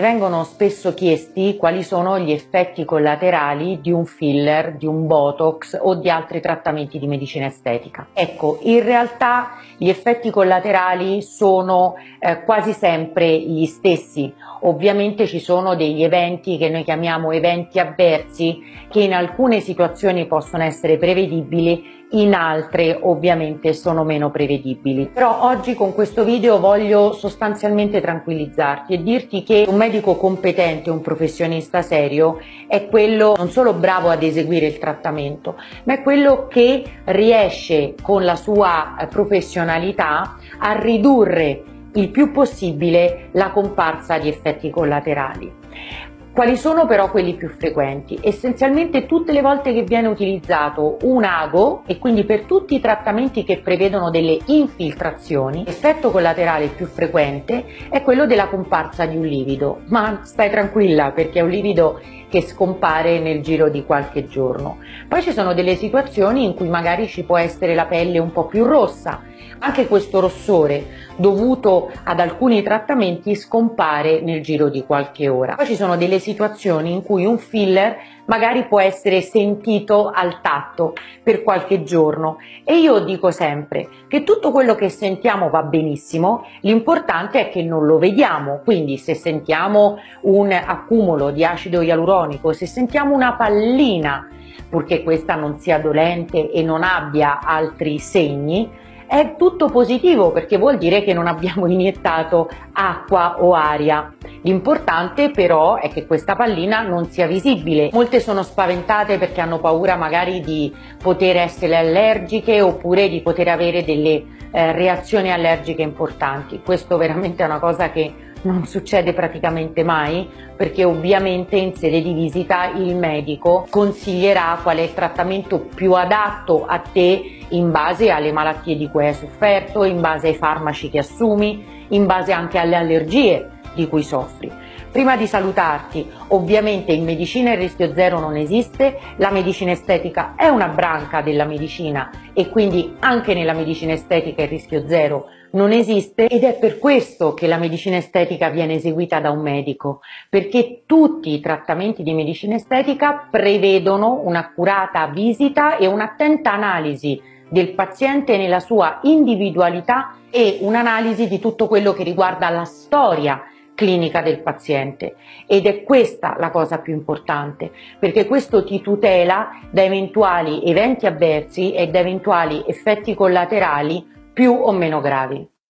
Vengono spesso chiesti quali sono gli effetti collaterali di un filler, di un botox o di altri trattamenti di medicina estetica. Ecco, in realtà gli effetti collaterali sono quasi sempre gli stessi. Ovviamente ci sono degli eventi che noi chiamiamo eventi avversi che in alcune situazioni possono essere prevedibili, in altre ovviamente sono meno prevedibili. Però oggi con questo video voglio sostanzialmente tranquillizzarti e dirti che un medico competente, un professionista serio è quello non solo bravo ad eseguire il trattamento, ma è quello che riesce con la sua professionalità a ridurre il più possibile la comparsa di effetti collaterali. Quali sono però quelli più frequenti? Essenzialmente tutte le volte che viene utilizzato un ago, e quindi per tutti i trattamenti che prevedono delle infiltrazioni, l'effetto collaterale più frequente è quello della comparsa di un livido, ma stai tranquilla perché è un livido che scompare nel giro di qualche giorno. Poi ci sono delle situazioni in cui magari ci può essere la pelle un po' più rossa, anche questo rossore dovuto ad alcuni trattamenti scompare nel giro di qualche ora. Poi ci sono delle situazioni in cui un filler magari può essere sentito al tatto per qualche giorno e io dico sempre che tutto quello che sentiamo va benissimo, l'importante è che non lo vediamo, quindi se sentiamo un accumulo di acido ialuronico, se sentiamo una pallina, purché questa non sia dolente e non abbia altri segni, è tutto positivo perché vuol dire che non abbiamo iniettato acqua o aria. L'importante però è che questa pallina non sia visibile. Molte sono spaventate perché hanno paura magari di poter essere allergiche oppure di poter avere delle reazioni allergiche importanti. Questo veramente è una cosa che non succede praticamente mai, perché ovviamente in sede di visita il medico consiglierà qual è il trattamento più adatto a te in base alle malattie di cui hai sofferto, in base ai farmaci che assumi, in base anche alle allergie di cui soffri. Prima di salutarti, ovviamente in medicina il rischio zero non esiste, la medicina estetica è una branca della medicina e quindi anche nella medicina estetica il rischio zero non esiste ed è per questo che la medicina estetica viene eseguita da un medico, perché tutti i trattamenti di medicina estetica prevedono un'accurata visita e un'attenta analisi del paziente nella sua individualità e un'analisi di tutto quello che riguarda la storia clinica del paziente ed è questa la cosa più importante perché questo ti tutela da eventuali eventi avversi e da eventuali effetti collaterali più o meno gravi.